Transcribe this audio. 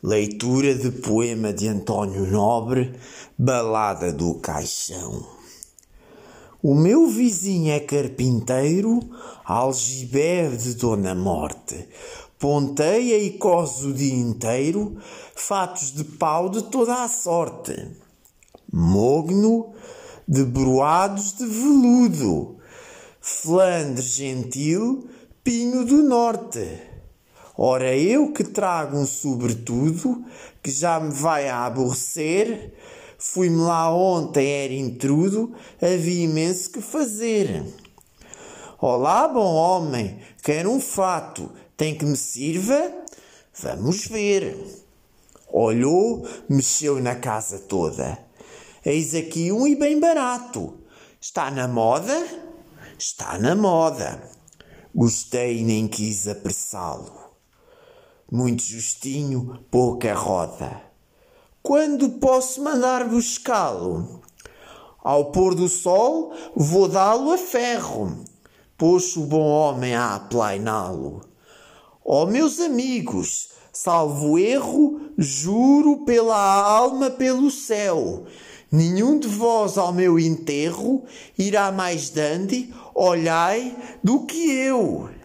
Leitura de poema de António Nobre, Balada do Caixão. O meu vizinho é carpinteiro, algiber de Dona Morte. Ponteia e cose o dia inteiro, fatos de pau de toda a sorte. Mogno de broados de veludo, Flandre gentil, pinho do norte. Ora eu que trago um sobretudo, que já me vai a aborrecer, fui-me lá ontem, era intrudo, havia imenso que fazer. Olá, bom homem, quero um fato, tem que me sirva? Vamos ver. Olhou, mexeu na casa toda. Eis aqui um e bem barato. Está na moda? Está na moda. Gostei e nem quis apressá-lo. Muito justinho, pouca roda. Quando posso mandar buscá-lo? Ao pôr do sol vou dá-lo a ferro. Pôs o bom homem a aplainá-lo. Ó meus amigos, salvo erro, juro pela alma, pelo céu, nenhum de vós ao meu enterro irá mais dande, olhai, do que eu.